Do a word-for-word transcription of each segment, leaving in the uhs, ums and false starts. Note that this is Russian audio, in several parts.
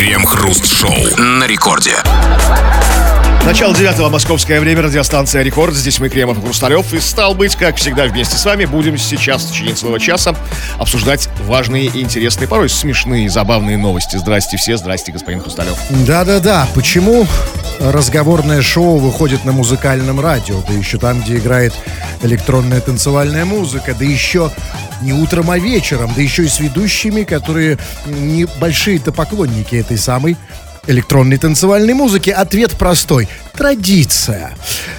Крем-хруст-шоу на рекорде. Начало девятого, московское время, радиостанция «Рекорд». Здесь мы, Кремов и Хрусталев. И, стал быть, как всегда, вместе с вами будем сейчас в течение целого часа обсуждать важные и интересные, порой смешные, забавные новости. Здрасте все, здрасте, господин Хрусталев. Да-да-да, почему разговорное шоу выходит на музыкальном радио? Да еще там, где играет электронная танцевальная музыка, да еще не утром, а вечером, да еще и с ведущими, которые небольшие-то поклонники этой самой электронной танцевальной музыки. Ответ простой. Традиция.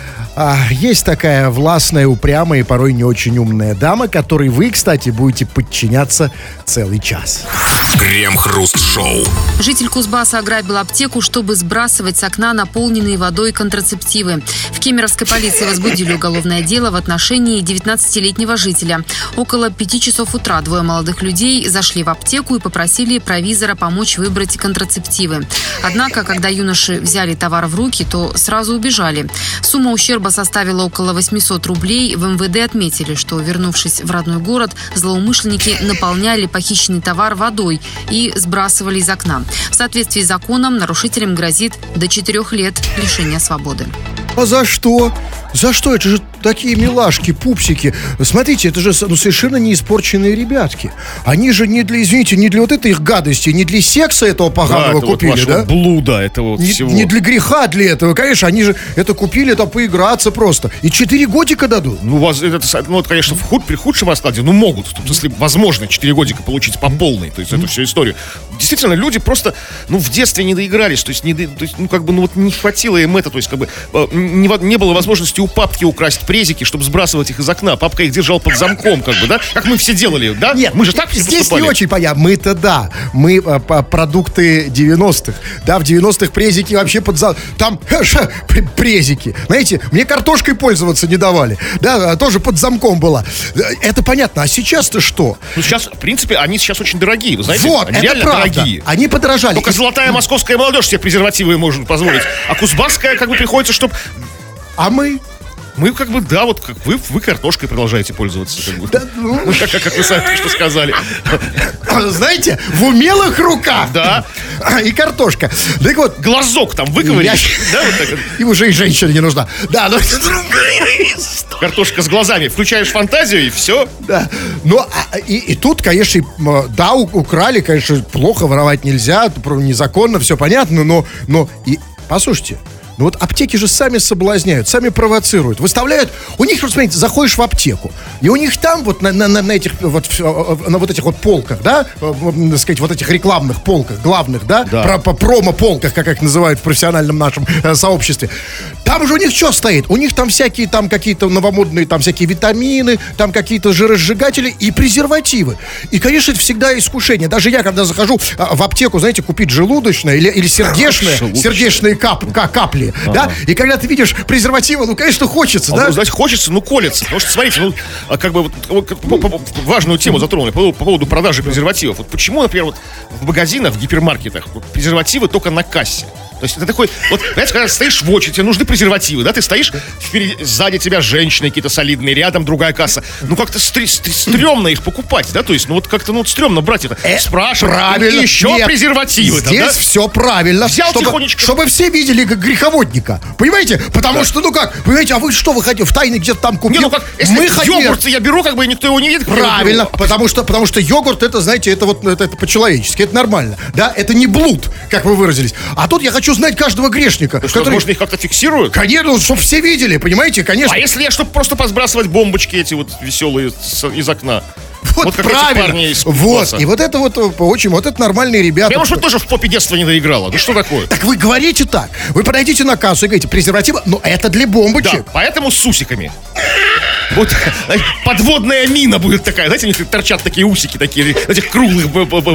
А, есть такая властная, упрямая и порой не очень умная дама, которой вы, кстати, будете подчиняться целый час. Крем-хруст-шоу. Житель Кузбасса ограбил аптеку, чтобы сбрасывать с окна наполненные водой контрацептивы. В кемеровской полиции возбудили уголовное дело в отношении девятнадцатилетнего жителя. Около пяти часов утра двое молодых людей зашли в аптеку и попросили провизора помочь выбрать контрацептивы. Однако, когда юноши взяли товар в руки, то сразу убежали. Сумма ущерба составила около восемьсот рублей. В эм вэ дэ отметили, что, вернувшись в родной город, злоумышленники наполняли похищенный товар водой и сбрасывали из окна. В соответствии с законом нарушителям грозит до четырех лет лишения свободы. А за что? За что? Это же такие милашки, пупсики. Смотрите, это же ну, совершенно не испорченные ребятки. Они же не для, извините, не для вот этой их гадости, не для секса этого поганого да, купили, вот да? Блуда этого не, всего. Не для греха для этого, конечно. Они же это купили, это поиграться просто. И четыре годика дадут. Ну, вас, это, ну, вот, конечно, в худ, при худшем раскладе, ну, могут. В смысле, возможно, четыре годика получить по полной. То есть, эту всю историю. Действительно, люди просто, ну, в детстве не доигрались. То есть, не, то есть ну, как бы, ну, вот не хватило им это. То есть, как бы, не, не было возможности у папки украсть презики, чтобы сбрасывать их из окна. Папка их держал под замком, как бы, да? Как мы все делали, да? Нет, мы же так здесь поступали. Не очень понятно. Мы-то да. Мы а, по, продукты девяностых. Да, в девяностых презики вообще под зам... Там ша, презики. Знаете, мне картошкой пользоваться не давали. Да, тоже под замком была. Это понятно. А сейчас-то что? Ну, сейчас, в принципе, они сейчас очень дорогие. Вы знаете, вот, они это реально правда. Дорогие. Они подорожали. Только золотая московская молодежь себе презервативы может позволить. А кузбасская, как бы, приходится, чтобы... А мы... Мы как бы, да, вот как вы, вы картошкой продолжаете пользоваться. Как бы. Да, ну... как, как, как вы сами что сказали. Знаете, в умелых руках. Да. И картошка. Так вот. Глазок там выковырили. Я... Да, вот так. И уже и женщина не нужна. Да, но... Картошка с глазами. Включаешь фантазию и все. Да. Ну, и, и тут, конечно, да, украли, конечно, плохо, воровать нельзя, незаконно, все понятно, но, но и, послушайте, ну вот аптеки же сами соблазняют, сами провоцируют, выставляют. У них, вот смотрите, заходишь в аптеку, и у них там вот на, на, на этих вот на вот этих вот полках, да, так сказать, вот этих рекламных полках, главных, да, да. Про, по промо-полках, как их называют в профессиональном нашем э, сообществе. Там же у них что стоит? У них там всякие там какие-то новомодные, там всякие витамины, там какие-то жиросжигатели и презервативы. И, конечно, это всегда искушение. Даже я, когда захожу в аптеку, знаете, купить желудочное или, или сердечное, сердечные кап, капли, ага. Да? И когда ты видишь презервативы, ну, конечно, хочется, а, да? Ну, знаете, хочется, ну, колется. Потому что, смотрите, ну, как бы вот, важную тему затронули по, по поводу продажи презервативов. Вот почему, например, вот в магазинах, в гипермаркетах вот, презервативы только на кассе? То есть это такой, вот, знаете, когда стоишь в очереди, тебе нужны презервативы, да, ты стоишь, впереди, сзади тебя женщины какие-то солидные, рядом другая касса. Ну, как-то стр- стр- стрёмно их покупать, да, то есть, ну, вот как-то, ну, вот стрёмно брать это. Э, спрашивать, правильно. И еще Нет, презервативы. Здесь там, да? все правильно. Взял чтобы, тихонечко. Чтобы все видели как греховодника, понимаете? Потому да. что, ну как, понимаете, а вы что, вы хотите, в тайне где-то там купил? Не, ну как, если Мы хотели... йогурт я беру, как бы, никто его не видит. Правильно, потому что, потому что йогурт, это, знаете, это вот, это, это по-человечески, это нормально, да, это не блуд, как вы выразились. А тут я хочу знать каждого грешника. Что, который... Возможно, их как-то фиксируют? Конечно, чтобы все видели, понимаете, конечно. А если я, чтобы просто позбрасывать бомбочки эти вот веселые с, из окна? Вот, вот правильно. Вот, и вот это вот очень, вот это нормальные ребята. Прямо что тоже в попе детства не доиграла. Ну что такое? Так вы говорите так. Вы подойдите на кассу и говорите, презервативы, но это для бомбочек. Да, поэтому с усиками. Вот подводная мина будет такая. Знаете, у них торчат такие усики, такие, этих круглых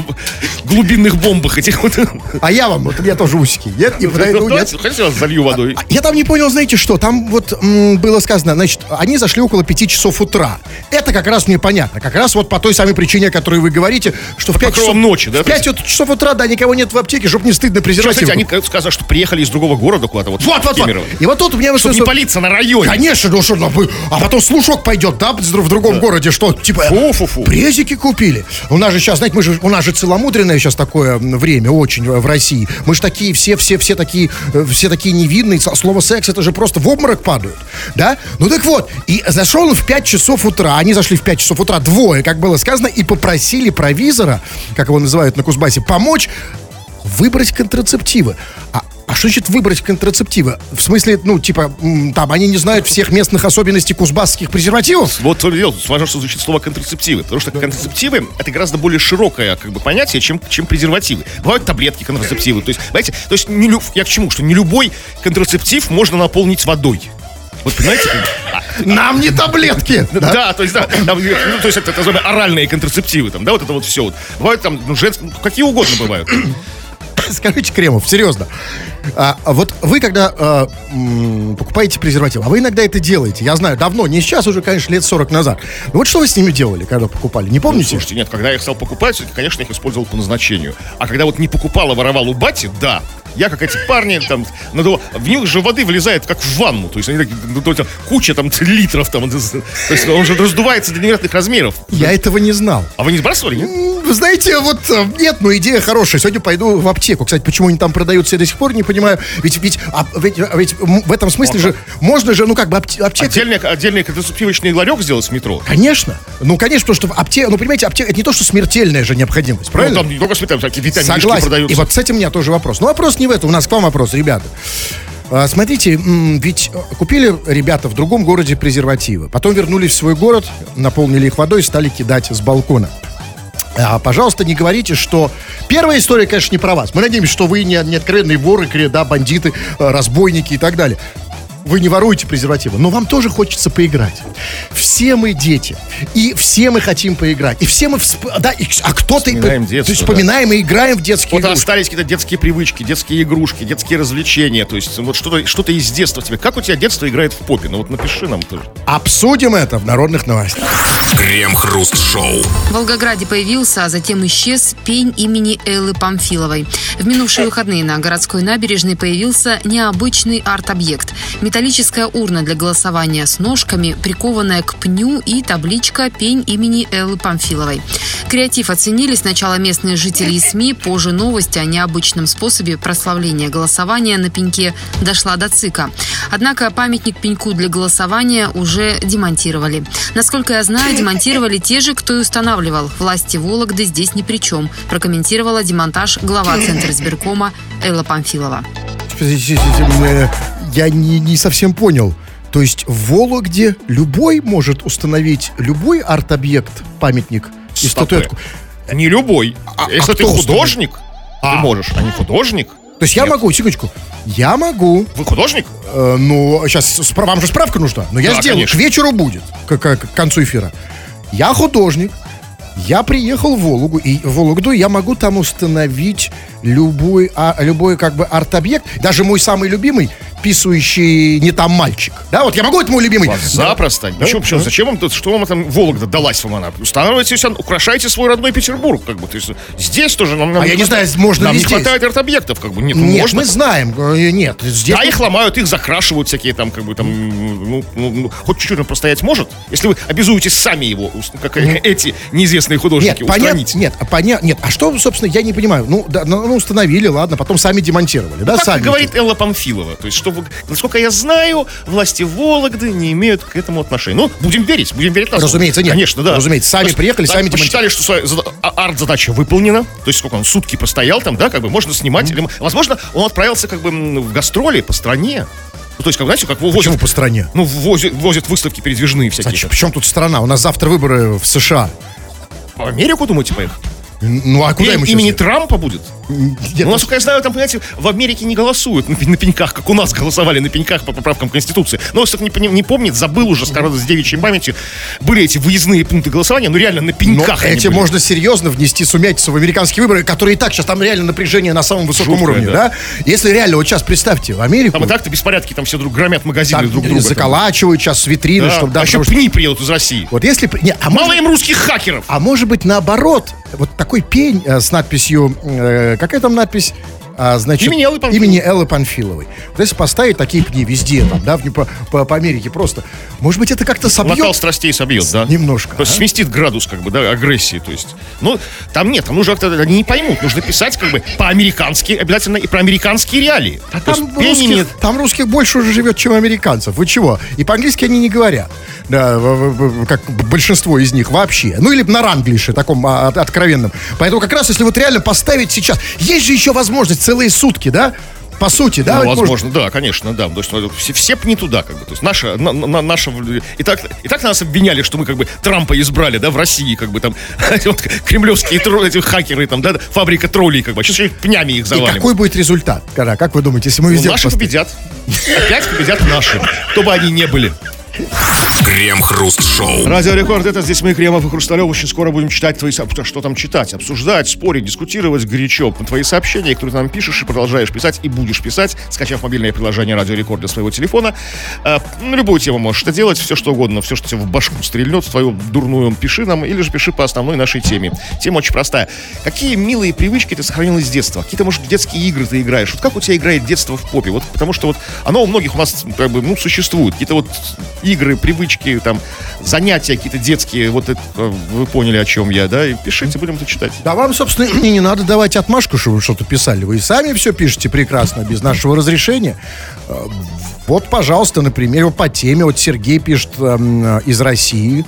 глубинных бомбах этих вот. А я вам, вот у меня тоже усики. Нет, не подойду, нет. Хотите, я вас залью водой? Я там не понял, знаете что, там вот м, было сказано, значит, они зашли около пяти часов утра. Это как раз мне понятно. Как раз вот вот по той самой причине, о которой вы говорите, что в пять часов ночи, да? В пять часов утра, да, никого нет в аптеке, чтобы не стыдно презерватив. Кстати, они сказали, что приехали из другого города куда-то. Вот, вот, вот, вот. И вот тут у меня... Чтобы не палиться на районе. Конечно, ну что, а потом слушок пойдет, да, в другом да. городе, что, типа, Фу-фу-фу. презики купили. У нас же сейчас, знаете, мы же, у нас же целомудренное сейчас такое время очень в России. Мы же такие, все, все, все такие, все такие невинные. Слово секс, это же просто в обморок падают, да? Ну так вот, и зашел он в пять часов утра, они зашли в пять часов утра, двое, как было сказано, и попросили провизора, как его называют на Кузбассе, помочь выбрать контрацептивы. А, а что значит выбрать контрацептивы? В смысле, ну, типа, там, они не знают всех местных особенностей кузбасских презервативов? Вот важно, что звучит слово контрацептивы, потому что контрацептивы — это гораздо более широкое, как бы, понятие, чем, чем презервативы. Бывают таблетки контрацептивы, то есть, знаете, то есть, не, я к чему? Что не любой контрацептив можно наполнить водой. Вот понимаете? Нам не таблетки! Да, да, то есть, да, там, ну, то есть это, это называемые оральные контрацептивы, там, да, вот это вот все. Вот. Бывают там, ну, женские, какие угодно бывают. Скажите, Кремов, серьезно, а, вот вы когда а, м, покупаете презерватив, а вы иногда это делаете, я знаю, давно, не сейчас, уже, конечно, лет сорок назад. Ну, вот что вы с ними делали, когда покупали, не помните? Ну, слушайте, нет, когда я их стал покупать, конечно, я их использовал по назначению. А когда вот не покупал, а воровал у бати, да. Я, как эти парни, там, надо, в них же воды влезает, как в ванну. То есть, они, ну, то, там, куча там литров, там, то есть, он же раздувается до невероятных размеров. Я этого не знал. А вы не сбрасывали, нет? Вы знаете, вот, нет, ну, идея хорошая. Сегодня пойду в аптеку. Кстати, почему они там продаются, я до сих пор не понимаю. Ведь, ведь, а, ведь, ведь в этом смысле же, можно же, ну, как бы, аптека... Отдельный, отдельный контрацептивочный ларек сделать с метро? Конечно. Ну, конечно, потому что аптека, ну, понимаете, аптека, это не то, что смертельная же необходимость, правильно? Ну, там только там всякие витаминки Согласен. продаются. И вот с этим у меня тоже вопрос. Ну, вопрос не в этом, у нас к вам вопрос, ребята. Смотрите, ведь купили ребята в другом городе презервативы, потом вернулись в свой город, наполнили их водой и стали кидать с балкона. А, пожалуйста, не говорите, что... Первая история, конечно, не про вас. Мы надеемся, что вы не, не откровенные воры, да, бандиты, разбойники и так далее. Вы не воруете презервативы, но вам тоже хочется поиграть. Все мы дети, и все мы хотим поиграть. И все мы... Всп... Да, и... А кто-то... Вспоминаем детство, то есть вспоминаем да. и играем в детские вот игрушки. Вот остались какие-то детские привычки, детские игрушки, детские развлечения. То есть вот что-то, что-то из детства тебе. Как у тебя детство играет в попе? Ну вот напиши нам тоже. Обсудим это в народных новостях. Крем-хруст-шоу. В Волгограде появился, а затем исчез пень имени Эллы Памфиловой. В минувшие выходные на городской набережной появился необычный арт-объект. Металлическая урна для голосования с ножками, прикованная к пню, и табличка «Пень имени Эллы Памфиловой». Креатив оценили сначала местные жители и СМИ, позже новость о необычном способе прославления голосования на пеньке дошла до ЦИКа. Однако памятник пеньку для голосования уже демонтировали. Насколько я знаю, демонтировали те же, кто и устанавливал. Власти Вологды здесь ни при чем, прокомментировала демонтаж глава Центра избиркома Элла Памфилова. Я не, не совсем понял. То есть в Вологде любой может установить любой арт-объект, памятник и статуэтку? Не любой. А, Если а ты художник, а. ты можешь, а не художник. То есть Нет. я могу, секундочку, я могу. Вы художник? Э, ну, сейчас, вам же справка нужна. Но я да, сделаю, конечно. К вечеру будет, к, к, к концу эфира. Я художник. Я приехал в Вологду, и в Вологду я могу там установить любой, а, любой как бы арт-объект. Даже мой самый любимый, писающий не там мальчик. Да, вот я могу, это мой любимый. Вас запросто. Да? Почему, почему? Да. Зачем вам тут, что вам там Вологда далась вам она? Устанавливайте, украшайте свой родной Петербург, как бы. То есть здесь тоже нам, нам а я не знаю, можно нам ли не здесь? хватает арт-объектов, как бы. Нет, нет можно. мы знаем, нет. Здесь да, мы... их ломают, их закрашивают всякие там, как бы там, ну, ну, ну хоть чуть-чуть он простоять может, если вы обязуетесь сами его, как mm. эти неизвестные художники, нет, устранить. Понят, нет, поня... нет, а что, собственно, я не понимаю. Ну, да, ну, установили, ладно, потом сами демонтировали, да, как сами. говорит Элла Памфилова, то есть, что, насколько я знаю, власти Вологды не имеют к этому отношения. Ну, будем верить, будем верить на слово. Разумеется, нет. Конечно, да. Разумеется, сами есть, приехали, сами посчитали, что арт-задача выполнена, то есть, сколько он, сутки простоял там, да, как бы, можно снимать. Mm-hmm. Или, возможно, он отправился, как бы, в гастроли по стране. Ну, то есть, как, знаете, как возят... Почему по стране? Ну, возят, возят выставки передвижные всякие. Значит, причем тут страна? У нас завтра выборы в США. В Америку, думаете, поехать? Ну, а куда Им, ему сейчас? Имени Трампа будет? Нет, Ну, насколько я знаю, там, понимаете, в Америке не голосуют на, пень- на пеньках, как у нас голосовали на пеньках по поправкам Конституции. Но, если кто не, пони- не помнит, забыл уже, скажем, с девичьей памятью, были эти выездные пункты голосования, ну, реально на но пеньках они эти были. можно серьезно внести сумятицу в американские выборы, которые и так сейчас там реально напряжение на самом высоком Жуткое, уровне, да. да? Если реально, вот сейчас представьте, в Америку Там и так-то беспорядки, там все друг громят магазины там друг друга. там. заколачивают сейчас с витрины, Да. чтобы... Да, а еще потому что- пни приедут из России. Вот если... при- Не, а Мало может, им русских хакеров. а может быть наоборот, вот такой пень э, с надписью... э, какая там надпись? А, значит, Имени Эллы Панфиловой. имени Эллы Панфиловой. Вот если поставить такие пни везде, там, да, в- по, по, по Америке просто, может быть, это как-то собьет Накал страстей собьет, да? немножко. То есть а? сместит градус, как бы, да, агрессии, то есть. Ну, там нет, там нужно как-то, они не поймут, нужно писать, как бы, по-американски, обязательно и про американские реалии. А То там есть пени русских, нет. там русских больше уже живет, чем американцев. Вы чего? И по-английски они не говорят. Да, в- в- в- как большинство из них вообще. Ну, или на ранглише, таком а, от- откровенном. Поэтому как раз, если вот реально поставить сейчас... Есть же еще возможность целые сутки, да? По сути, да? Ну, ведь можно- возможно, да, конечно, да. То есть ну, все, все б не туда, как бы. То есть наша, на, на- наша... И так, и так нас обвиняли, что мы как бы Трампа избрали, да, в России, как бы там, эти вот кремлевские тро- эти хакеры, там, да, фабрика троллей, как бы. Сейчас еще пнями их И завалим. какой будет результат? Кара, как вы думаете, если мы Ну, везде... наши поставим? победят. Опять победят наши. Кто бы они ни были. Крем-хруст-шоу. Радио Рекорд, это здесь мы, Кремов и Хрусталев. Очень скоро будем читать твои сообщения. Что там читать? Обсуждать, спорить, дискутировать горячо. Твои сообщения, которые ты нам пишешь и продолжаешь писать, и будешь писать, скачав мобильное приложение Радио Рекорд для своего телефона. Э, на любую тему можешь это делать, все что угодно, все, что тебе в башку стрельнет, в твою дурную, пиши нам, или же пиши по основной нашей теме. Тема очень простая. Какие милые привычки ты сохранил из детства? Какие-то, может, детские игры ты играешь? Вот как у тебя играет детство в попе? Вот потому что вот оно у многих у нас как бы, ну, существует. Какие-то вот игры, привычки, там, занятия какие-то детские, вот это, э, вы поняли, о чем я, да? И пишите, будем это читать. Да вам, собственно, и не надо давать отмашку, что вы что-то писали. Вы и сами все пишете прекрасно, без нашего разрешения. Э, Вот, пожалуйста, например, вот по теме. Вот Сергей пишет эм, из России.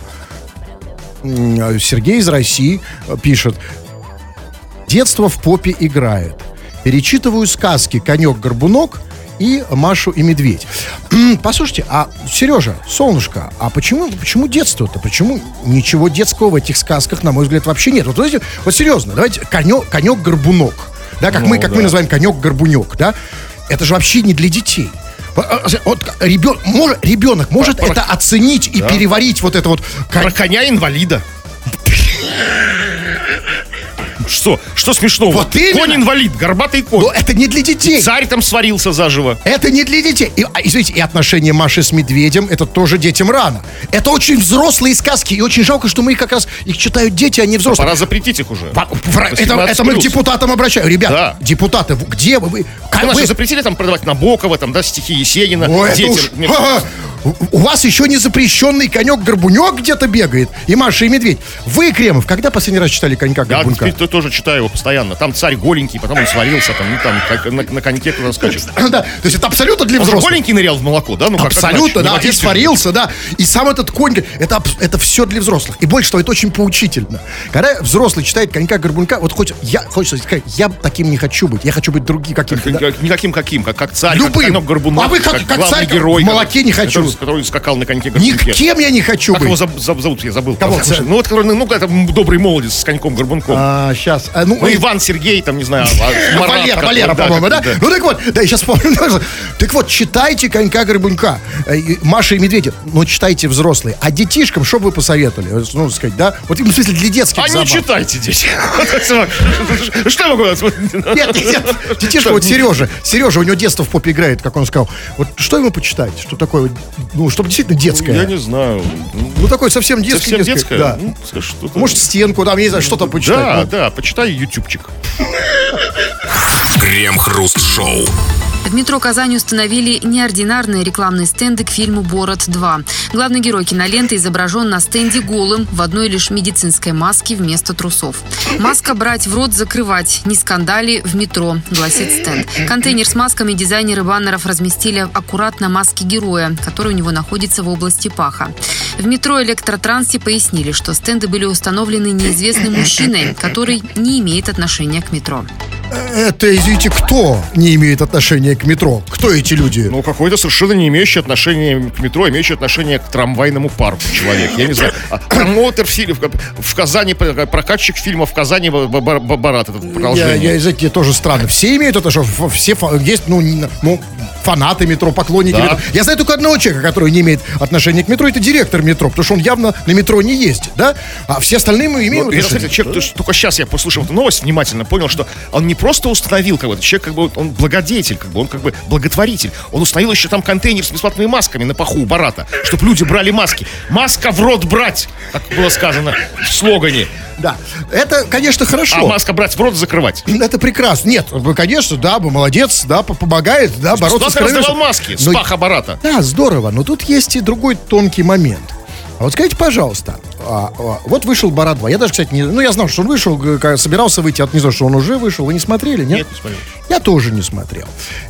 М, Сергей из России э, пишет. Детство в попе играет. Перечитываю сказки «Конек-горбунок» и «Машу и медведь». М, Послушайте, а, Сережа, солнышко, а почему, почему детство-то? Почему ничего детского в этих сказках, на мой взгляд, вообще нет? Вот, знаете, вот серьезно, давайте конек, конек-горбунок, да, как, Ну, мы, как да. мы называем конек-горбунек, да? Это же вообще не для детей. Вот ребенок, может, ребенок может Про- это оценить и переварить вот это вот... Про коня-инвалида. Что? Что смешного? Вот именно. Конь-инвалид, горбатый конь. Но это не для детей. Царь там сварился заживо. Это не для детей. И, а, извините, и отношения Маши с медведем, это тоже детям рано. Это очень взрослые сказки. И очень жалко, что мы их как раз, их читают дети, а не взрослые. Пора запретить их уже. Во- в- Если это, мы это мы к отступился. депутатам обращаем. Ребят, Да. депутаты, в- где вы? вы как У нас вы- же запретили там продавать Набокова, там, да, стихи Есенина. Ой, это детям. уж- Мне- Ага. У у вас еще не запрещенный конек-горбунек где-то бегает. И Маша, и медведь. Вы, Кремов, когда последний раз читали Я конька-горбунка? теперь то- тоже читаю его постоянно. Там царь голенький, потом он сварился, там, ну, там, как на, на коньке куда скачет. Да, то есть это абсолютно для Он же взрослых. голенький нырял в молоко, да? Ну, как- как Абсолютно, иначе? Не да, и водитель же. сварился, да. И сам этот конь, это, абс- это все для взрослых. И больше того, это очень поучительно. Когда взрослый читает конька-горбунка, вот хоть я, хочется сказать, я таким не хочу быть. Я хочу быть другим каким-то. да. Как- Никаким каким, как, как царь, Любым. как конек горбунок, А вы как- как главный царь, герой. в молоке не хочу. Который, который скакал на коньке горбунке. Никем я не хочу Как быть. его заб- заб- зовут, я забыл. Кого? Слушай, ну вот, который, ну, это добрый молодец с коньком-горбунком. А, сейчас. А, ну, Ну, Иван, Сергей, там, не знаю, а, Марат Валера, какой, Валера, да, по-моему, да? как- Ну так вот, да, я сейчас помню. Так вот, читайте конька-горбунка. Э, и Маша и медведя, но читайте взрослые. А детишкам, что бы вы посоветовали? Вот, ну, сказать, да? Вот именно в смысле для детских А не забав. читайте, дети. Что я могу сказать? Нет, нет, нет. Детишка, вот Сережа, Сережа, у него детство в попе играет, как он сказал. Вот что ему почитать? Что такое, вот, ну, чтобы действительно детское? Я не знаю. Ну, такое совсем детское. Совсем детское? Да. Ну, что-то- Может, стенку, там, я не знаю, что там почитать. Да, Ну, да, почитай ютубчик. Крем-хруст-шоу. В метро Казани установили неординарные рекламные стенды к фильму «Борат два». Главный герой киноленты изображен на стенде голым, в одной лишь медицинской маске вместо трусов. «Маска брать в рот, закрывать. Не скандали в метро», гласит стенд. Контейнер с масками дизайнеры баннеров разместили аккуратно на маске героя, который у него находится в области паха. В метро Электротрансе пояснили, что стенды были установлены неизвестным мужчиной, который не имеет отношения к метро. Это, извините, кто не имеет отношения к к метро? Кто эти люди? Ну, какой-то совершенно не имеющий отношения к метро, имеющий отношение к трамвайному парку человек. Я не знаю. А, Промоутер фильмов в Казани, прокатчик фильма в Казани, Барат, это Я, продолжение. я, знаете, тоже странно. Все имеют это, что ф- все фа- есть, ну, не- ну, фанаты метро, поклонники Да. метро. Я знаю только одного человека, который не имеет отношения к метро, это директор метро, потому что он явно на метро не ездит, да? А все остальные мы имеем Ну, я, отношение. кстати, человек, то, что только сейчас я послушал эту новость внимательно, понял, что он не просто установил кого-то, человек как бы, он благодетель, как бы, он как бы благотворитель. Он установил еще там контейнер с бесплатными масками на паху у Барата, чтобы люди брали маски. Маска в рот брать, как было сказано в слогане. Да, это, конечно, хорошо. А маска брать в рот закрывать. Это прекрасно. Нет, ну, конечно, да, молодец, да, п- помогает, да, бороться с Кто-то раздавал коронавирусом. маски с Но- паха Барата. Да, здорово, но тут есть и другой тонкий момент. А вот скажите, пожалуйста, а, а, вот вышел Барат два. Я даже, кстати, не, ну я знал, что он вышел, г- г- собирался выйти, от не знаю, что он уже вышел. Вы не смотрели, нет? Нет, не смотрел. Я тоже не смотрел.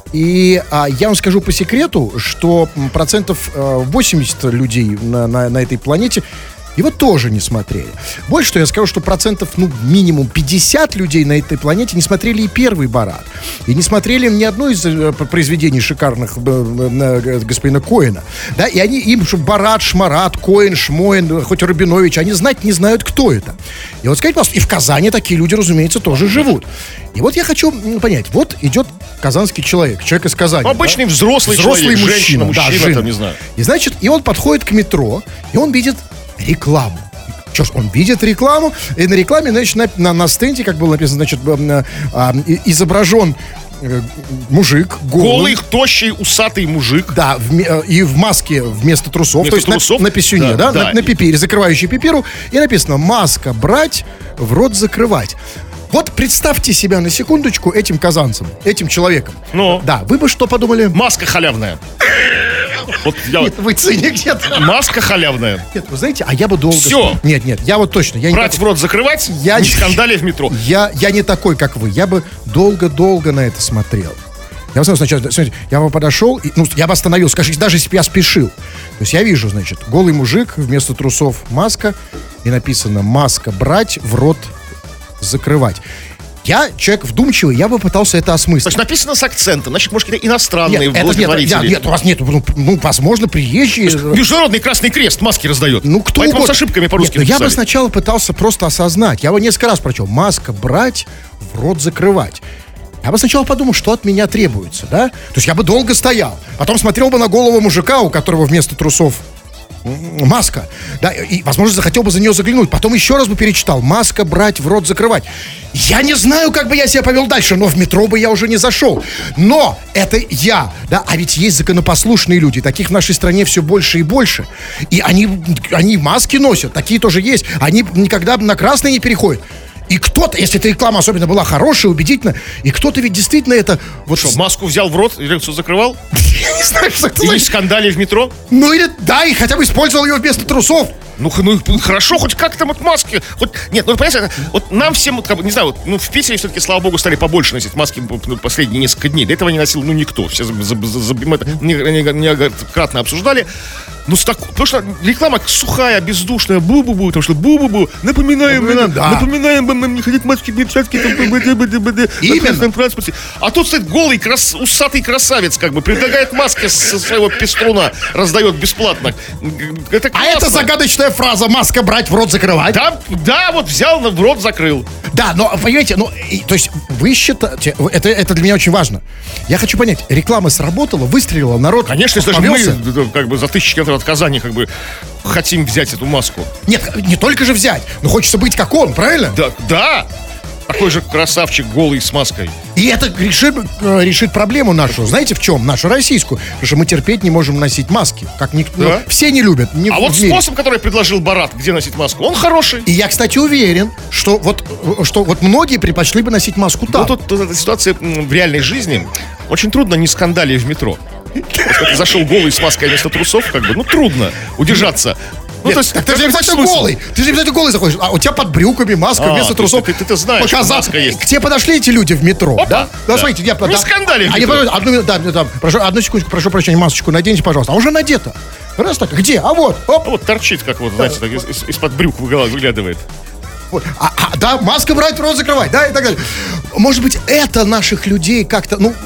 И а, я вам скажу по секрету, что м, процентов э, восемьдесят людей на, на, на этой планете его тоже не смотрели. Больше того, я скажу, что процентов, ну, минимум пятьдесят людей на этой планете не смотрели и первый Барат. И не смотрели ни одно из э, произведений шикарных э, э, господина Коэна. Да, и они, им, что Барат, Шмарат, Коэн, Шмоэн, хоть Рабинович, они знать не знают, кто это. И вот скажите, пожалуйста, и в Казани такие люди, разумеется, тоже живут. И вот я хочу м, понять, вот идет казанский человек, человек из Казани. Обычный да? взрослый взрослый человек, мужчина, женщина, да, мужчина, жена. там, не знаю. И значит, и он подходит к метро, и он видит рекламу. Что ж, он видит рекламу, и на рекламе, значит, на, на, на стенде, как было написано, значит, э, э, э, изображен э, мужик голый. Голый, тощий, усатый мужик. Да, в ме- э, и в маске вместо трусов, Вместо то есть на- трусов? На, писюне, да, Да, да. На, на пипере, закрывающей пиперу, и написано «маска брать, в рот закрывать». Вот представьте себя на секундочку этим казанцем, этим человеком. Ну? Да, вы бы что подумали? Маска халявная. Вот я... Нет, вы циник где-то. Маска халявная. Нет, вы знаете, а я бы долго... Всё. Нет, нет, я вот точно... Я не Брать такой- в рот закрывать, Я не не- скандали в метро. Я, я не такой, как вы. Я бы долго-долго на это смотрел. Я вот сначала, смотрите, я бы подошел, и, ну, я бы остановился, скажите, даже если бы я спешил. То есть я вижу, значит, голый мужик, вместо трусов маска, и написано «маска брать, в рот закрывать». Я человек вдумчивый, я бы пытался это То осмыслить. есть написано с акцентом, значит, может, какие-то иностранные Нет, это нет, благотворители. я- нет, у вас нет, ну, ну, возможно, приезжие. Международный Красный Крест маски раздает. Ну, кто Поэтому угодно. с ошибками по-русски Нет, но я бы написали. сначала пытался просто осознать. Я бы несколько раз прочел. Маска брать, в рот закрывать. Я бы сначала подумал, что от меня требуется, да? То есть я бы долго стоял. Потом смотрел бы на голову мужика, у которого вместо трусов м, маска. Да, и, возможно, захотел бы за нее заглянуть. Потом еще раз бы перечитал. Маска брать, в рот закрывать. Я не знаю, как бы я себя повел дальше, но в метро бы я уже не зашел. Но это я, да? А ведь есть законопослушные люди. Таких в нашей стране все больше и больше. И они, они маски носят. Такие тоже есть. Они никогда на красный не переходят. И кто-то, если эта реклама особенно была хорошая, убедительная, и кто-то ведь действительно это... Вот Что, маску взял в рот, лицо закрывал? Я не знаю, что это Или значит. скандали в метро? Ну или, да, и хотя бы использовал ее вместо трусов. Ну, х- ну, хорошо, хоть как там от маски. Хоть... Нет, ну, понимаете, вот нам всем, вот, как бы, не знаю, вот, ну, в Питере все-таки, слава богу, стали побольше носить маски ну, последние несколько дней. До этого не носил, ну, никто. Все за- за- за- за- мы это не- не- неоднократно обсуждали. Ну, с так... потому что реклама сухая, бездушная, бу-бу-бу, потому что бу-бу-бу, напоминаем, Напоминаем, да. напоминаем вам не ходить маски, перчатки, там, б- б- б- б- б- Именно. на общественном транспорте. А тут стоит голый, крас... усатый красавец, как бы, предлагает маски со своего пеструна, раздает бесплатно. Это А классно. это загадочная фраза «маска брать, в рот закрывать». Да, да, вот взял, в рот закрыл. Да, но, понимаете, ну, и- то есть вы считаете, это, это для меня очень важно. Я хочу понять, реклама сработала, выстрелила, народ Конечно, если даже мы, повелся? д- д- как бы, за тысячи километров от Казани, как бы, хотим взять эту маску. Нет, не только же взять, но хочется быть как он, правильно? Да, да, такой же красавчик голый с маской. И это решит, э, решит проблему нашу. Знаете, в чем? Нашу российскую. Потому что мы терпеть не можем носить маски. Как никто. Да. Все не любят. Не А в вот мире. способ, который предложил Барат, где носить маску, он хороший. И я, кстати, уверен, что вот, э, что вот многие предпочли бы носить маску там. Ну, тут, тут эта ситуация м, в реальной жизни. Очень трудно не скандалить в метро. Если ты зашел голый с маской вместо трусов, как бы, ну, трудно удержаться. Ну, Нет, то есть, так ты же не какой обязательно смысл? голый. Ты же не обязательно голый заходишь. А у тебя под брюками маска А, вместо то есть трусов. ты- ты- ты знаешь, что Показал. маска есть. К тебе подошли эти люди в метро, Опа. да? Да. смотрите, я... Не скандали в Они метро. подходят, одну минуту, да, да, прошу, одну секундочку, прошу прощения, масочку наденьте, пожалуйста. А уже надето. Раз так, где? А вот, оп. А вот торчит, как вот, знаете, так из- из- из-под брюк выгла- выглядывает. Вот. А, а, да, маска брать, рот закрывать, да, и так далее. Может быть, это наших людей как-то, ну,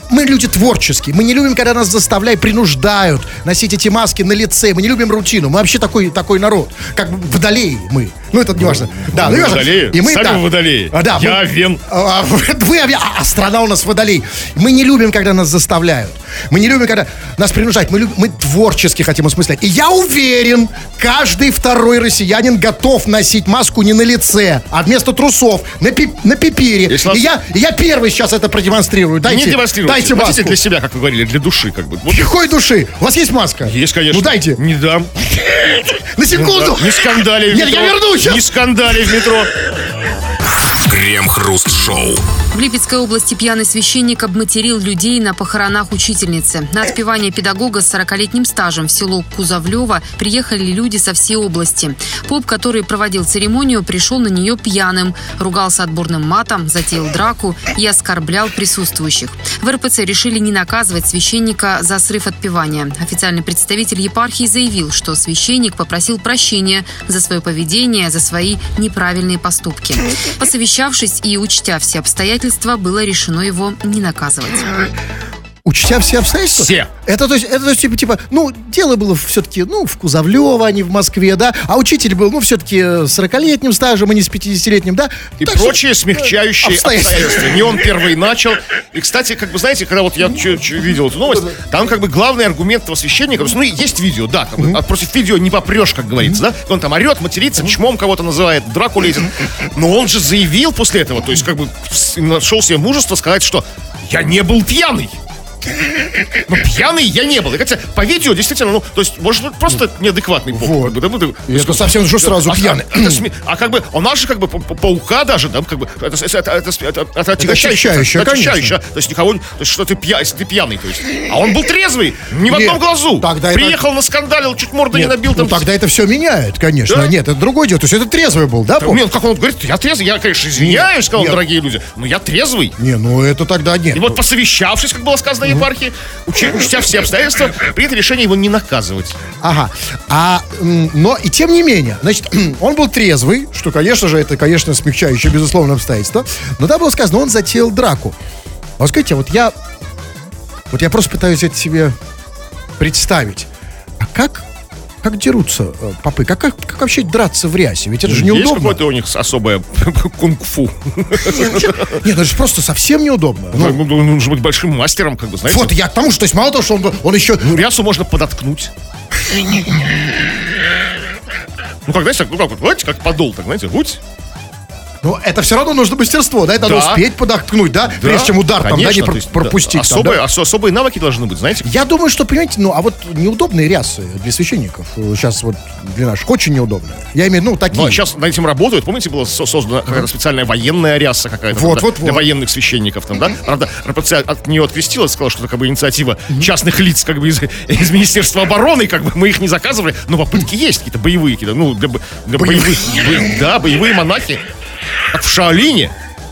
мы люди творческие. Мы не любим, когда нас заставляют, принуждают носить эти маски на лице. Мы не любим рутину. Мы вообще такой, такой народ. Как бы водолеи мы. Ну, это не важно. Да, мы ну, водолеи. И мы, Сами да. водолеи. А, да, Я мы, овен. А, вы овен, а страна у нас водолей. Мы не любим, когда нас заставляют. Мы не любим, когда нас принуждают. Мы, любим, мы творчески хотим осмыслять. И я уверен, каждый второй россиянин готов носить маску не на лице, а вместо трусов на, пи, на пипире. Если и я, я первый сейчас это продемонстрирую. Дайте, не демонстрируйте. дайте маску. Носите для себя, как вы говорили, для души. Как бы. Вот. Какой души? У вас есть маска? Есть, конечно. Ну дайте. Не дам. На секунду. Не скандали в Нет, метро. я вернусь сейчас. Не скандали в метро. Крем-хруст-шоу. В Липецкой области пьяный священник обматерил людей на похоронах учительницы. На отпевание педагога с сорокалетним стажем в село Кузовлево приехали люди со всей области. Поп, который проводил церемонию, пришел на нее пьяным, ругался отборным матом, затеял драку и оскорблял присутствующих. В эр пэ цэ решили не наказывать священника за срыв отпевания. Официальный представитель епархии заявил, что священник попросил прощения за свое поведение, за свои неправильные поступки. Посовещавшись и учтя все обстоятельства, было решено его не наказывать. Учтя все обстоятельства? Все. Это то есть, это то есть типа, типа, ну, дело было все-таки, ну, в Кузовлево, а не в Москве, да? А учитель был, ну, все-таки с сорокалетним стажем, а не с пятидесятилетним, да? И Так прочие что, смягчающие обстоятельства. обстоятельства. Не он первый начал. И, кстати, как бы, знаете, когда вот я чё- чё видел эту новость, там как бы главный аргумент этого священника, ну, есть видео, да, как бы, а против видео не попрешь, как говорится, да? Он там орет, матерится, чмом кого-то называет, в драку лезет. Но он же заявил после этого, то есть как бы нашел себе мужество сказать, что я не был пьяный. Ну, пьяный я не был. И хотя по видео действительно, ну, то есть, может быть, просто неадекватный поп. Вот. Как бы, да, ну, И это совсем же сразу а, пьяный. А, это сме- а как бы, у нас же как бы па- па- паука даже, да, как бы, это, это, это, это, это, это отягощающее. отягощающее, Это конечно. отягощающее. То есть никого, то есть, что ты, пья, если ты пьяный, то есть. А он был трезвый, ни в Нет, одном глазу. тогда это- Приехал, наскандалил, чуть морду не Нет, набил. ну, Там. тогда это все меняет, конечно. Да? Нет, это другое дело. То есть это трезвый был, да, поп? Нет, как он говорит, я трезвый, я, конечно, извиняюсь, сказал, нет. дорогие люди, но я трезвый. Не, ну это тогда нет. И вот посовещавшись, как было сказано в епархии, уча- учтя все обстоятельства, принято решение его не наказывать. Ага. А, м, но и тем не менее, значит, он был трезвый, что, конечно же, это, конечно, смягчающее, безусловно, обстоятельство. Но там было сказано, он затеял драку. А вот скажите, вот я, вот я просто пытаюсь это себе представить. А как, как дерутся э, попы? Как, как, как вообще драться в рясе? Ведь это же Есть неудобно. какое-то у них особое кунг-фу? Нет, это же просто совсем неудобно. Ну, Ну, ну, нужно быть большим мастером, как бы, знаете. вот я к тому, что, то есть мало того, что он, был- он еще... Ну, рясу можно подоткнуть. Ну, как, знаете, так, ну, как, вот, знаете, как подол, так, знаете, гуть. Ну, это все равно нужно мастерство, да? Это надо Да. успеть подоткнуть, да? Прежде чем удар там, да, не конечно, про- то есть, пропустить. да, там, особые, да? ос- особые навыки должны быть, знаете. Я думаю, что, понимаете, ну, а вот неудобные рясы для священников сейчас вот для наших очень неудобные. Я имею в виду, ну, такие. Ну, а сейчас над этим работают. Помните, была со- создана какая-то специальная военная ряса какая-то Вот, там, да, вот, для вот. военных священников там, да? Правда, эр пэ цэ от нее открестилась, сказала, что это как бы инициатива частных лиц, как бы из, из Министерства обороны, как бы мы их не заказывали, но попытки есть какие-то боевые, какие-то, ну, для, бо- для боевых, бо- да, боевые монахи, как в Шаолине.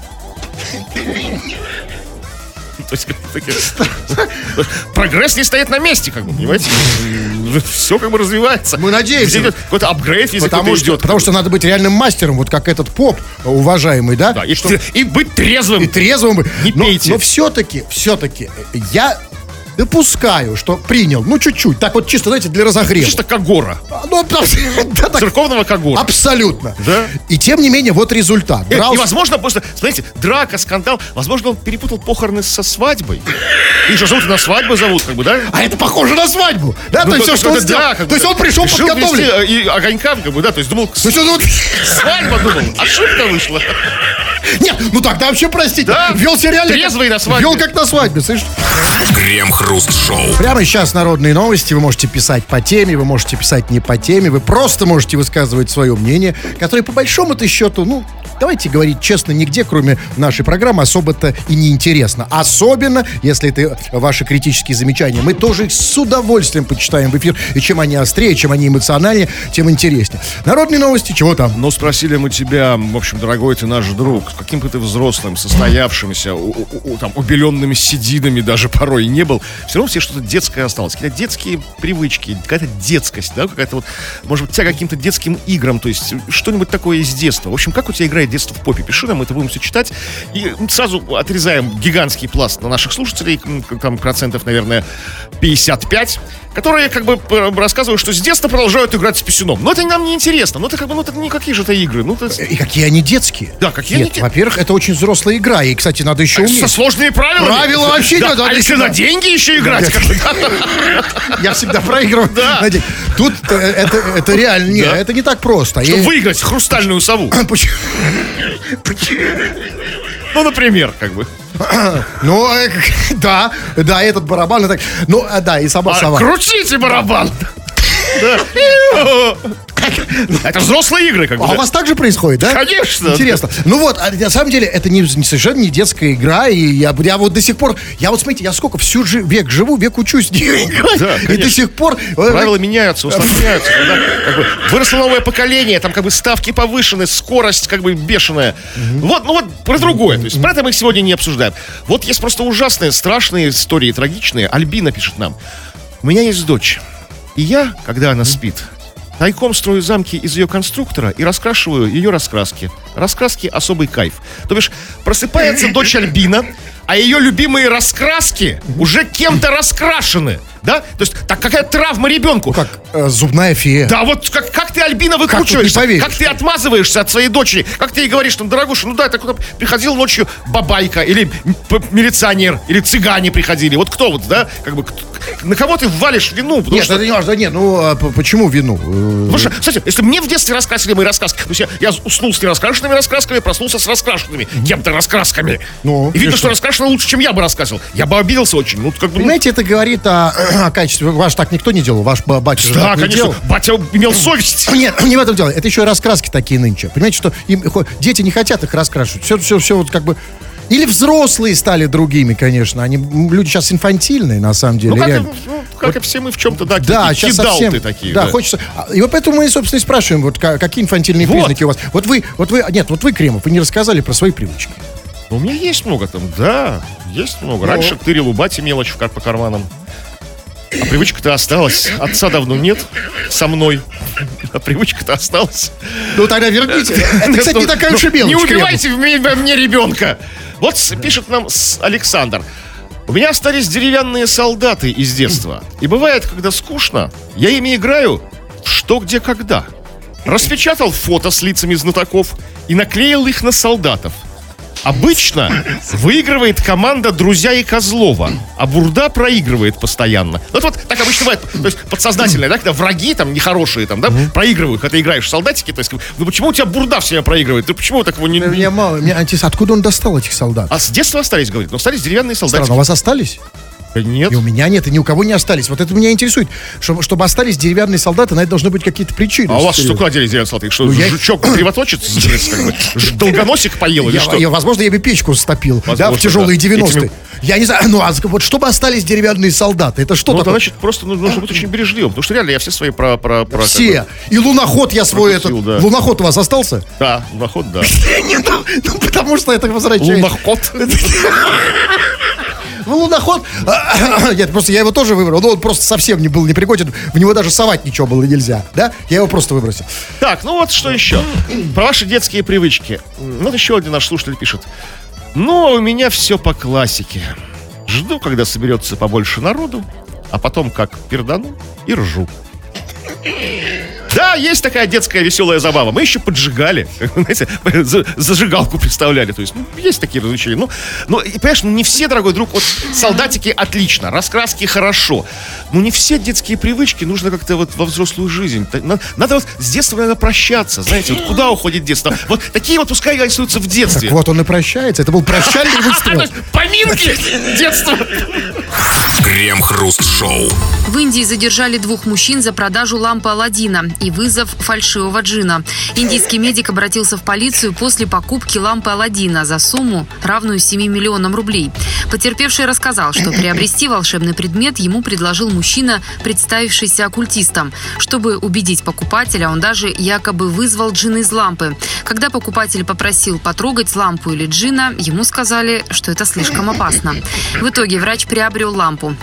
То есть, как бы, такие- прогресс не стоит на месте, как бы, понимаете? Все как бы развивается. Мы надеемся. Везде идет какой-то апгрейд, везде Потому какой-то что, идет. потому что надо быть реальным мастером, вот как этот поп, уважаемый, да? Да, и, Что- тре- и быть трезвым. и трезвым. бы. Не но, пейте. Но все-таки, все-таки, я допускаю, что принял, ну, чуть-чуть, так вот чисто, знаете, для разогрева. Чисто кагора. Ну, да, так, Церковного кагора. абсолютно. Да. И тем не менее, вот результат. И, Дрался- и, возможно, просто, смотрите, драка, скандал. Возможно, он перепутал похороны со свадьбой. Их же зовут на свадьбу зовут, как бы, да? А это похоже на свадьбу. Да, Ну, то есть все, что он это сделал. да, как То бы, есть он пришел решил подготовлен. вести, э, и огонька, как бы, да, то есть думал, То есть он вот... свадьба думал, ошибка вышла. Нет, ну тогда вообще, простите, Да, вел себя реально... трезвый как- на свадьбе. Вел как на свадьбе, слышишь? Крем-хруст-шоу. Прямо сейчас народные новости. Вы можете писать по теме, вы можете писать не по теме, вы просто можете высказывать свое мнение, которое по большому-то счету, ну, давайте говорить честно, нигде, кроме нашей программы, особо-то и не интересно. Особенно, если это ваши критические замечания. Мы тоже их с удовольствием почитаем в эфир. И чем они острее, чем они эмоциональнее, тем интереснее. Народные новости, чего там? Но спросили мы тебя, в общем, дорогой ты наш друг, каким бы ты взрослым, состоявшимся, у- у- у- там, убеленными сединами даже порой не был, все равно все что-то детское осталось. Какие-то детские привычки, какая-то детскость, да, какая-то вот, может быть, тяга к каким-то детским играм, то есть что-нибудь такое из детства. В общем, как у тебя играет играет детство в попе. Пиши нам, мы это будем все читать. И сразу отрезаем гигантский пласт на наших слушателей, там процентов, наверное, пятьдесят пять, которые как бы рассказывают, что с детства продолжают играть с писюном. Но это нам не интересно. Ну это как бы, ну это никакие же это игры. Ну, это... И какие они детские. Да, какие Нет, они... Во-первых, это очень взрослая игра. И, кстати, надо еще уметь. Со сложными правилами. Правила вообще да, надо. А если на деньги еще играть? Я всегда проигрываю. Да. Тут это, это реально не, это не так просто. Чтобы выиграть хрустальную сову. Почему? Ну, например, как бы. Ну, да, да, этот барабан. Так, ну, да, и сама сова. Крутите барабан. Это взрослые игры, как бы. А у вас так же происходит, да? Конечно. Интересно. Ну вот, а на самом деле, это не, не совершенно не детская игра, и я, я вот до сих пор, я вот, смотрите, я сколько, всю жи- век живу, век учусь играть, да, и до сих пор... Правила меняются, усложняются. Когда, как бы, выросло новое поколение, там как бы ставки повышены, скорость как бы бешеная. Mm-hmm. Вот, ну вот про другое. То есть про это мы сегодня не обсуждаем. Вот есть просто ужасные, страшные истории, трагичные. Альбина пишет нам. У меня есть дочь. И я, когда она спит, тайком строю замки из ее конструктора и раскрашиваю ее раскраски. Раскраски — особый кайф. То бишь, просыпается дочь Альбина, а ее любимые раскраски уже кем-то раскрашены. Да? То есть, так какая травма ребенку? Как э, зубная фея. Да, вот как, как ты, Альбина, выкручиваешься, как, как ты отмазываешься от своей дочери, как ты ей говоришь, там, дорогуша, ну да, так вот приходил ночью бабайка, или милиционер, или цыгане приходили. Вот кто вот, да? Как бы, на кого ты валишь вину? Нет, что... это не важно, нет, ну а почему вину? Потому что, кстати, если мне в детстве раскрасили мои раскраски, то есть я, я уснул с нераскрашенными раскрасками, проснулся с раскрашенными кем-то раскрасками. Ну, и видно, что раскрашено лучше, чем я бы раскрасил. Я бы обиделся очень. Ну, как бы, понимаете, это говорит о, о качестве. Ваш так никто не делал, ваш батя же да, так не конечно, делал. батя имел совесть. Нет, не в этом дело. Это еще и раскраски такие нынче. Понимаете, что им, дети не хотят их раскрашивать. Все, все, все вот как бы... Или взрослые стали другими, конечно. Они, люди сейчас инфантильные, на самом деле. Ну, как, реально. ну, как вот, и все мы в чем-то, да, да, кидал совсем, ты такие. Да, да, хочется. И вот поэтому мы, собственно, и спрашиваем, вот какие инфантильные вот. признаки у вас. Вот вы, вот вы, нет, вот вы, Кремов, вы не рассказали про свои привычки. У меня есть много там, да, есть много. Раньше Но. тырил у бати мелочь в, по карманам. А привычка-то осталась. Отца давно нет со мной. А привычка-то осталась. Ну тогда верните. Это, кстати, не такая уж и мелочь. Не убивайте во мне ребенка. Вот пишет нам Александр. У меня остались деревянные солдаты из детства. И бывает, когда скучно, я ими играю что, где, когда. Распечатал фото с лицами знатоков и наклеил их на солдатов. Обычно выигрывает команда «Друзья» и Козлова, а Бурда проигрывает постоянно. Вот, вот так обычно бывает. То есть подсознательно, да, когда враги там нехорошие там, да, mm-hmm. проигрывают, когда ты играешь в солдатики, то есть, ну почему у тебя Бурда все время проигрывает? Ты почему такого не... Меня мало. Меня, откуда он достал этих солдат? А с детства остались, говорит, но остались деревянные солдатики. Странно, у вас остались? Нет. И у меня нет, и ни у кого не остались. Вот это меня интересует. Чтобы, чтобы остались деревянные солдаты, на это должны быть какие-то причины. А у вас что, куда делись деревянные солдаты? Что, ну, жучок я... древоточит? Долгоносик поел или я, что? Я, возможно, я бы печку стопил, возможно, да, в тяжелые да. девяностые. Этими... Я не знаю, ну, а вот чтобы остались деревянные солдаты, это что ну, такое? Значит, просто нужно быть очень бережливым. Потому что реально я все свои про... про, про все. Как бы, и луноход я свой этот... Да. Луноход у вас остался? Да, луноход, да. Ну, потому что это возвращает. Луноход? Ну, луноход, нет, просто я его тоже выбрал, но он просто совсем не был непригоден, в него даже совать ничего было нельзя, да? Я его просто выбросил. Так, ну вот что еще. Про ваши детские привычки. Вот еще один наш слушатель пишет. Ну, у меня все по классике. Жду, когда соберется побольше народу, а потом как пердану и ржу. Да, есть такая детская веселая забава. Мы еще поджигали, знаете, зажигалку представляли. То есть, ну, есть такие развлечения. Ну, ну, и, понимаешь, ну, не все, дорогой друг, вот солдатики отлично, раскраски хорошо. Но не все детские привычки нужно как-то вот во взрослую жизнь. Надо, надо вот с детства, наверное, прощаться. Знаете, вот куда уходит детство? Вот такие вот пускай остаются в детстве. Так вот он и прощается. Это был прощальный выстрел. Поминки детства. Крем-хруст-шоу. В Индии задержали двух мужчин за продажу лампы Аладдина и вызов фальшивого джинна. Индийский медик обратился в полицию после покупки лампы Аладдина за сумму, равную семи миллионам рублей. Потерпевший рассказал, что приобрести волшебный предмет ему предложил мужчина, представившийся оккультистом. Чтобы убедить покупателя, он даже якобы вызвал джинна из лампы. Когда покупатель попросил потрогать лампу или джинна, ему сказали, что это слишком опасно. В итоге врач приобрел лампу.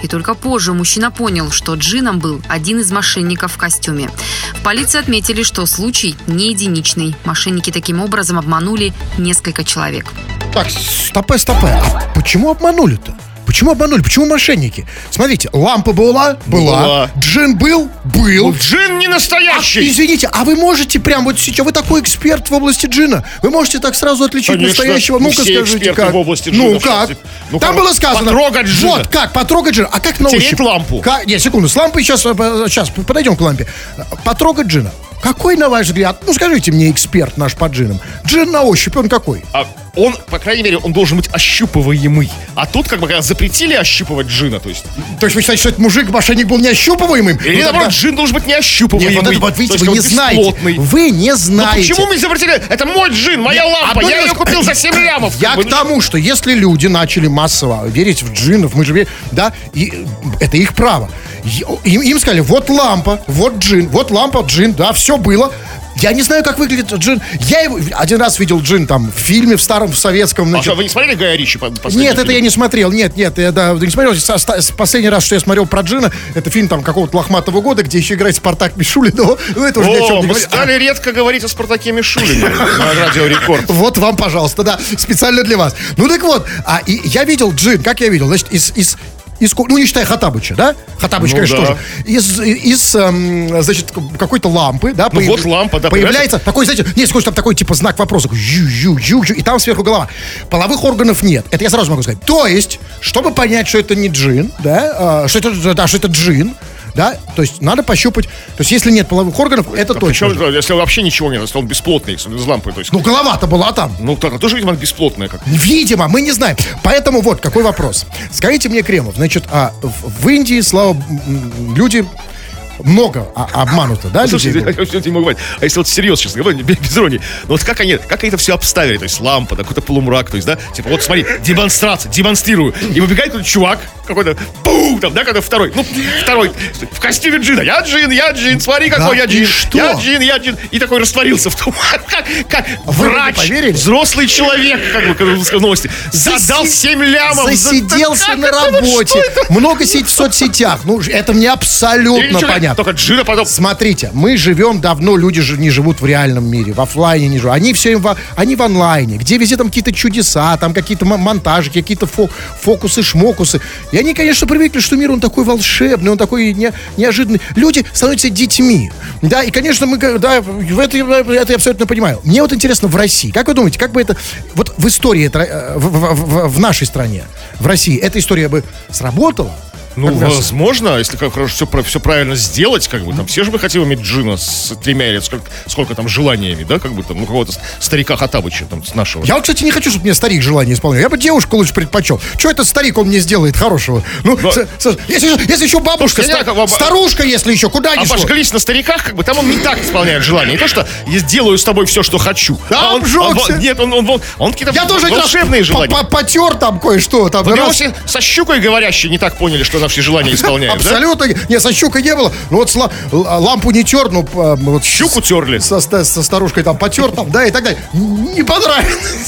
И только позже мужчина понял, что джином был один из мошенников в костюме. В полиции отметили, что случай не единичный. Мошенники таким образом обманули несколько человек. Так, стопэ, стопэ. А почему обманули-то? Почему обманули? Почему мошенники? Смотрите, лампа была? Была. Была. Джин был? Был. Ну, джин не настоящий. А, извините, а вы можете прям вот сейчас, вы такой эксперт в области джина, вы можете так сразу отличить Конечно, настоящего? мы Ну-ка все скажите, эксперты как? в области Ну джина, как? сейчас. Ну, Там как? было сказано. Потрогать джина. Вот как, потрогать джина. А как на Тереть ощупь? лампу. Как? Нет, секунду, с лампой сейчас, сейчас подойдем к лампе. Потрогать джина. Какой, на ваш взгляд, ну скажите мне, эксперт наш по джинам, джин на ощупь, он какой? А он, по крайней мере, он должен быть ощупываемый. А тут как бы когда запретили ощупывать джина, то есть... То есть вы считаете, что этот мужик, мошенник, был неощупываемым? Или Ну, наоборот, тогда- джин должен быть неощупываемый. Нет, вот это вот, видите, То есть вы не он знаете. бесплотный. Вы не Ну знаете. почему мы запретили? Это мой джин, моя Нет, лампа, одно я ее немножко- купил за семь лямов. Я как бы, к ну, тому, что если люди начали массово верить в джинов, мы же верим, да, и это их право. И- Им, им сказали, вот лампа, вот джин, вот лампа, джин, да, все было. Я не знаю, как выглядит джин. Я его один раз видел джин там в фильме, в старом, в советском. А значит. что, вы не смотрели Гая Ричи? по- последний Нет, это фильм? я не смотрел. Нет, нет, я да, не смотрел. Со- ста- с- Последний раз, что я смотрел про джина, это фильм там какого-то лохматого года, где еще играет Спартак Мишулин. Но, ну, это уже ни о чем О, не мы говорит. стали редко говорить о Спартаке Мишулине на Радио Рекорд. Вот вам, пожалуйста, да, специально для вас. Ну так вот, а, и я видел джин, как я видел, значит, из, из, из ко- ну не считая Хаттабыча, да? Хаттабыч, Ну, конечно, да. тоже. Из, из эм, значит, какой-то лампы, да? Ну, вот лампа, да, Появляется такой, знаете, нет, сколько там такой, типа, знак вопроса, такой, ю-ю-ю-ю, и там сверху голова. Половых органов нет, это я сразу могу сказать. То есть, чтобы понять, что это не джин, да, а, что это, да, что это джин, да, то есть надо пощупать, то есть если нет половых органов, это А точно. причем, если вообще ничего нет, если он бесплотный, если он из лампы, то есть... Ну, голова-то была там. Ну, так, тоже, видимо, бесплотная как. Видимо, мы не знаем. Поэтому вот какой вопрос. Скажите мне, Кремов, значит, а в, в Индии, слава, м, люди много а, обмануто, да, людей? Слушайте, было? я всё не могу говорить. А если вот серьезно, сейчас говорю, без без иронии, ну вот как они, как они это все обставили, то есть лампа, да, какой-то полумрак, то есть, да, типа, вот смотри, демонстрация, демонстрирую, и выбегает какой-то чувак, какой-то, пу, там, да, какой-то второй, ну, второй, в костюме джина, я джин, я джин, смотри, какой Да, я и джин, что? я джин, я джин, и такой растворился в том, как, как Вы врач, не поверили? взрослый человек, как бы, как в новости, задал Заси- семь лямов. за- Засиделся как на это, ну, работе, что это? много сидеть в соцсетях. Ну, это мне И абсолютно ничего, понятно. Только джина потом. Смотрите, мы живем давно, люди же не живут в реальном мире, в офлайне не живут. Они все им во- они в онлайне, где везде там какие-то чудеса, там какие-то м- монтажи, какие-то фо- фокусы, шмокусы. И они, конечно, привыкли, что мир, он такой волшебный, он такой не- неожиданный. Люди становятся детьми. Да, и, конечно, мы, г- да, в это, это я абсолютно понимаю. Мне вот интересно, в России, как вы думаете, как бы это, вот в истории, это, э, в, в- в- в нашей стране, в России, эта история бы сработала? Ну, Как раз- возможно, если как хорошо все, все правильно сделать, как бы там все же бы хотели иметь джина с тремя или сколько, сколько там желаниями, да, как бы там, ну, какого-то старика Хаттабыча, там, с нашего. Я вот, кстати, не хочу, чтобы мне старик желание исполнял. Я бы девушку лучше предпочел. Что этот старик он мне сделает хорошего? Ну, Но- с- с- если, если еще бабушка, Слушай, я ста- не знаю, как- старушка, если еще, куда ни шло. Обожглись на стариках, как бы там он не так исполняет желание. Не то, что я сделаю с тобой все, что хочу. Да, А он, обжегся. он- Нет, он, он, он, он какие-то Я тоже один раз волшебные по- желания. по- потер там кое-что. Там, Вот его раз. все со щукой говорящие не так поняли, что наши желания исполняют, да? Абсолютно. Не, со щукой не было. Ну вот с ла- л- лампу не тер, ну а, вот Щуку терли. со, ста- со старушкой там потер, там, да, и так далее. Н- Не понравилось.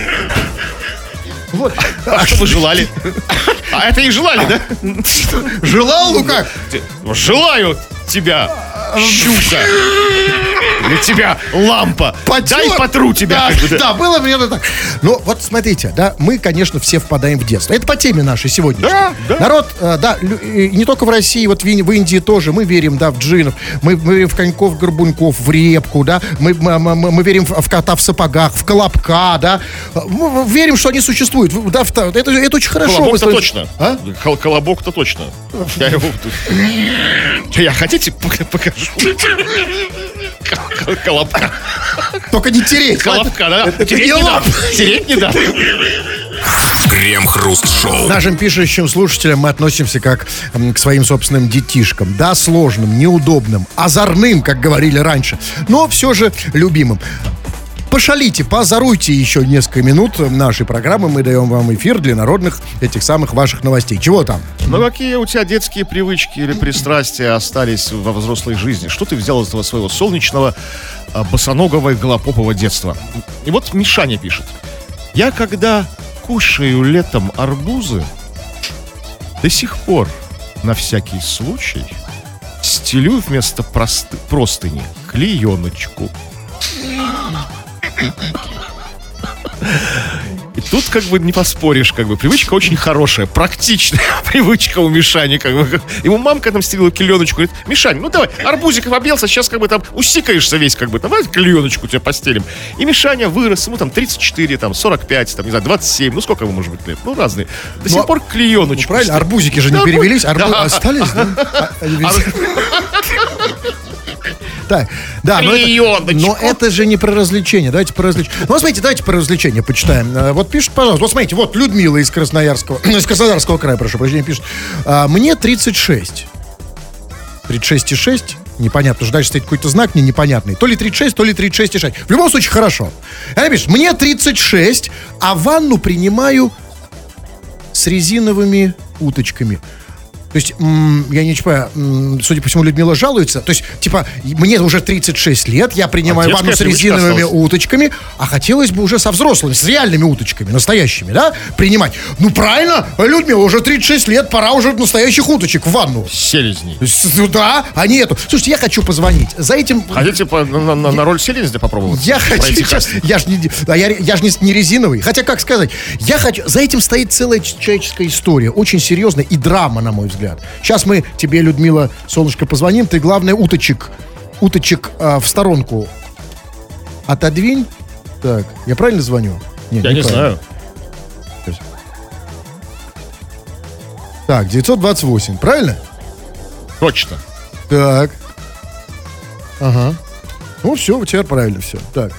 Вот. А что вы желали? А это и желали, да? Желал, ну как? Желаю тебя, щука. Для тебя лампа. Потер. Дай потру тебя. Да, как бы, да. да, было примерно так. Ну, вот смотрите, да, мы, конечно, все впадаем в детство. Это по теме нашей сегодня. Да, да. Народ, э, да, лю- и не только в России, вот в, Ин- в Индии тоже, мы верим, да, в джинов, мы, мы верим в коньков, горбуньков, в репку, да, мы, мы, мы- мы верим в, в кота в сапогах, в колобка, да, мы верим, что они существуют, В- да, в та- это, это очень хорошо. Колобок-то Вы- точно. А? Кол- Колобок-то точно. Я его... Я хотите, пока- покажу? Кол- Колобка. Только не тереть. Колобка, да? Это Тереть не не лап. дам. Тереть не дам. Крем-хруст-шоу. Нашим пишущим слушателям мы относимся как м, к своим собственным детишкам. Да, сложным, неудобным, озорным, как говорили раньше, но все же любимым. Пошалите, поозоруйте еще несколько минут нашей программы. Мы даем вам эфир для народных этих самых ваших новостей. Чего там? Ну какие у тебя детские привычки или пристрастия остались во взрослой жизни? Что ты взял из этого своего солнечного, а, босоногого и голопопового детства? И вот Мишаня пишет. Я когда кушаю летом арбузы, До сих пор, на всякий случай, стелю вместо просты- простыни клееночку. И тут как бы не поспоришь, как бы привычка очень хорошая, практичная привычка у Мишани, как бы. Ему мамка там стелила клееночку, говорит: Мишань, ну давай, арбузиков объелся, сейчас как бы там усикаешься весь, как бы, давай клееночку тебе постелим. И Мишаня вырос, ему там тридцать четыре, там сорок пять, там, не знаю, двадцать семь, ну сколько ему может быть лет, ну разные. До сих Ну, пор клееночку. Ну, правильно, стелит. арбузики же не Да, перевелись, арбу- да. остались, да? А, а, ведь- Так, да, но это, Клееночку. но это же не про развлечения. Давайте про развлечения. Ну, вот смотрите, давайте про развлечения почитаем. А, Вот пишет, пожалуйста, вот смотрите, вот Людмила из Красноярского, из Краснодарского края, прошу прощения, пишет. А, мне тридцать шесть. тридцать шесть и шесть. Непонятно, что дальше стоит какой-то знак мне непонятный. То ли тридцать шесть, то ли тридцать шесть и шесть. В любом случае, хорошо. Она пишет, мне тридцать шесть, а ванну принимаю с резиновыми уточками. То есть, м, я не понимаю, м, судя по всему, Людмила жалуется. То есть, типа, мне уже тридцать шесть лет, я принимаю А ванну с детская привычка резиновыми осталась. уточками, а хотелось бы уже со взрослыми, с реальными уточками, настоящими, да, принимать. Ну, правильно, Людмила, уже тридцать шесть лет, пора уже настоящих уточек в ванну. Селезни. С- ну Да, а не эту. Слушайте, я хочу позвонить. За этим... Хотите по- на, на- на роль селезня попробовать? Я хочу, Пройти я, кастинг? я ж не, а я, я ж не, не резиновый. Хотя, как сказать, я хочу, за этим стоит целая ч- человеческая история, очень серьезная и драма, на мой взгляд. Сейчас мы тебе, Людмила, солнышко, позвоним. Ты, главное, уточек, уточек а, в сторонку отодвинь. Так, я правильно звоню? Нет, Я не неправильно. знаю. Так, девятьсот двадцать восемь, правильно? Точно. Так. Ага. Ну, все, теперь правильно все. Так.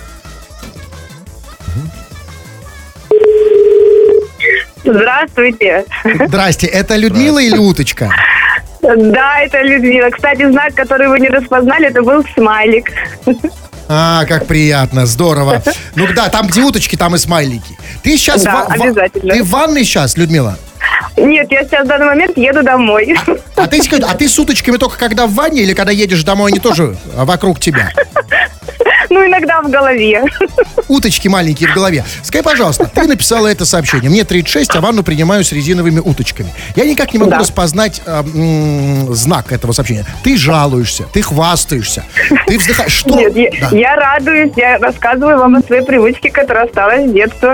Здравствуйте. Здрасте, это Людмила или уточка? Да, это Людмила. Кстати, знак, который вы не распознали, это был смайлик. А, как приятно, здорово. Ну да, там, где уточки, там и смайлики. Ты сейчас Да, в, в- обязательно. ты в ванной сейчас, Людмила? Нет, я сейчас в данный момент еду домой. А ты, скажи, а ты с уточками только когда в ванне или когда едешь домой, они тоже вокруг тебя? Ну, иногда в голове. Уточки маленькие в голове. Скажи, пожалуйста, ты написала это сообщение. Мне тридцать шесть, а ванну принимаю с резиновыми уточками. Я никак не могу Да. распознать а, м, знак этого сообщения. Ты жалуешься, ты хвастаешься, ты вздыхаешь. Что? Нет, я, Да. я радуюсь, я рассказываю вам о своей привычке, которая осталась с детства.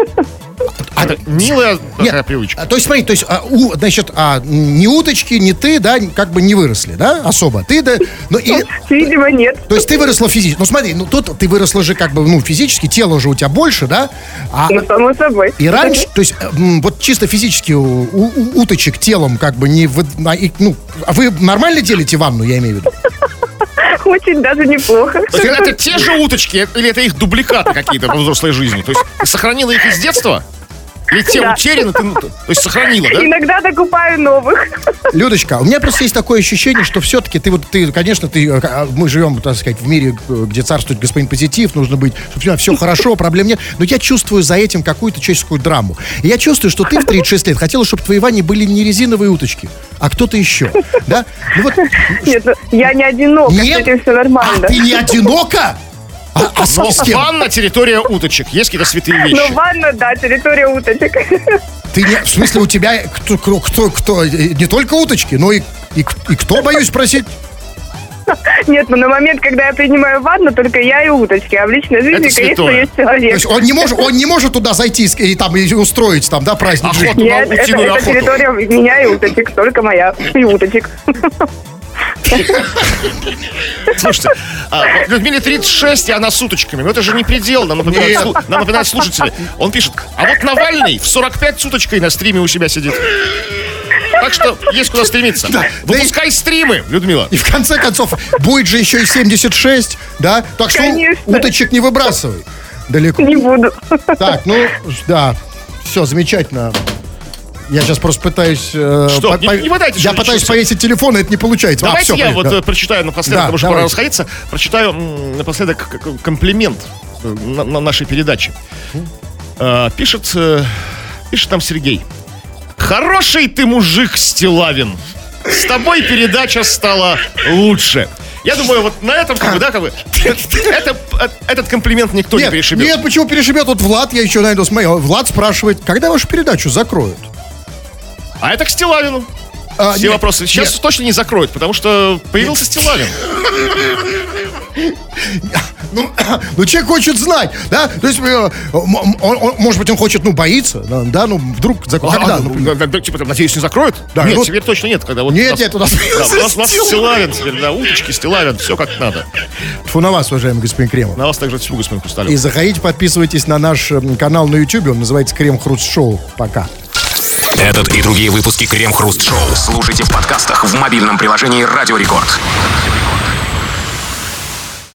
А, Это милая такая нет, привычка. а, то есть, смотри, то есть, а, у, значит, а, ни уточки, ни ты, да, как бы не выросли, да, особо. Ты, да, ну, и, Видимо, нет. то есть ты выросла физически. Ну, смотри, ну, тут ты выросла же как бы, ну, физически, тело уже у тебя больше, да? А, Ну, само собой. и раньше, то есть, м, вот чисто физически у, у- у уточек телом как бы не... вы- на- и, ну, а вы нормально делите ванну, я имею в виду? Очень даже неплохо. То есть это те же уточки, или это их дубликаты какие-то во взрослой жизни? То есть ты сохранила их из детства? Или те Да. утеряны, ты, ну, то есть сохранила, да? Иногда докупаю новых. Людочка, у меня просто есть такое ощущение, что все-таки ты вот, ты, конечно, ты, э, а, мы живем, так сказать, в мире, э, где царствует господин позитив, нужно быть, чтобы все хорошо, проблем нет, но я чувствую за этим какую-то человеческую драму. И я чувствую, что ты в тридцать шесть лет хотела, чтобы в твоей ванне были не резиновые уточки, а кто-то еще, да? Ну вот, Нет, ну, я не одинока, нет, с этим все нормально. а ты не одинока? А, а с, Но с кем? ванна — территория уточек. Есть какие-то святые Ну, вещи. ванна, да, территория уточек. Ты не, в смысле, у тебя кто, кто, кто, кто, э, не только уточки, но и, и, и кто, боюсь спросить? Нет, ну на момент, когда я принимаю ванну, только я и уточки, а в личной жизни, Это конечно, святое. есть То человек. есть он не может, он не может туда зайти и, и там и устроить там, да, праздник жизни? Охоту. Нет, на это, утиную это охоту. территория меня и уточек, только моя и уточек. Слушайте, а, вот Людмиле тридцать шесть, и она с уточками. Ну это же не предел, нам напоминают, Нет. слу- нам напоминают слушатели. Он пишет, а вот Навальный в сорок пять с уточкой на стриме у себя сидит. Так что есть куда стремиться. Да. Выпускай стримы, Людмила. И в конце концов, будет же еще и семьдесят шесть, да? Так что Конечно. уточек не выбрасывай далеко. Не буду. Так, ну, да, все, замечательно. Я сейчас просто пытаюсь... э, Что, не- не хватайте, Я что ли, пытаюсь чувства? повесить телефон, и это не получается. А, Давайте всё, я понятно, вот да. э, прочитаю напоследок, Да, потому что пора давайте. расходиться. Прочитаю м, напоследок к- к- комплимент э, на, на нашей передаче. Э, пишет, э, пишет нам Сергей. Хороший ты мужик, Стилавин. С тобой передача стала лучше. Я думаю, вот на этом, как бы, да, как бы, это, э, этот комплимент никто не Нет, перешибет. нет, почему перешибет? Вот Влад, я еще найду, смотри, Влад спрашивает, когда вашу передачу закроют? А это к Стилавину. А, Все нет, вопросы сейчас нет. точно не закроют, потому что появился Стилавин. Ну, ну, человек хочет знать, да? То есть, э, м- м- он, он, может быть, он хочет, ну, боится, да, да, ну, вдруг, за- когда? А, ну, ну, да, да, типа, там, надеюсь, не закроют? Да, Нет, ну- теперь точно нет. Когда вот Нет, у нас- нет, у нас Да, у нас, у нас Стилавин. Стилавин теперь, да, уточки, Стилавин, все как надо. Тьфу на вас, уважаемый господин Кремов. На вас также всю господин Хрусталев. И заходите, подписывайтесь на наш м, канал на YouTube, он называется Крем-Хруст Шоу. Пока. Этот и другие выпуски Крем Хруст Шоу слушайте в подкастах в мобильном приложении Радио Рекорд.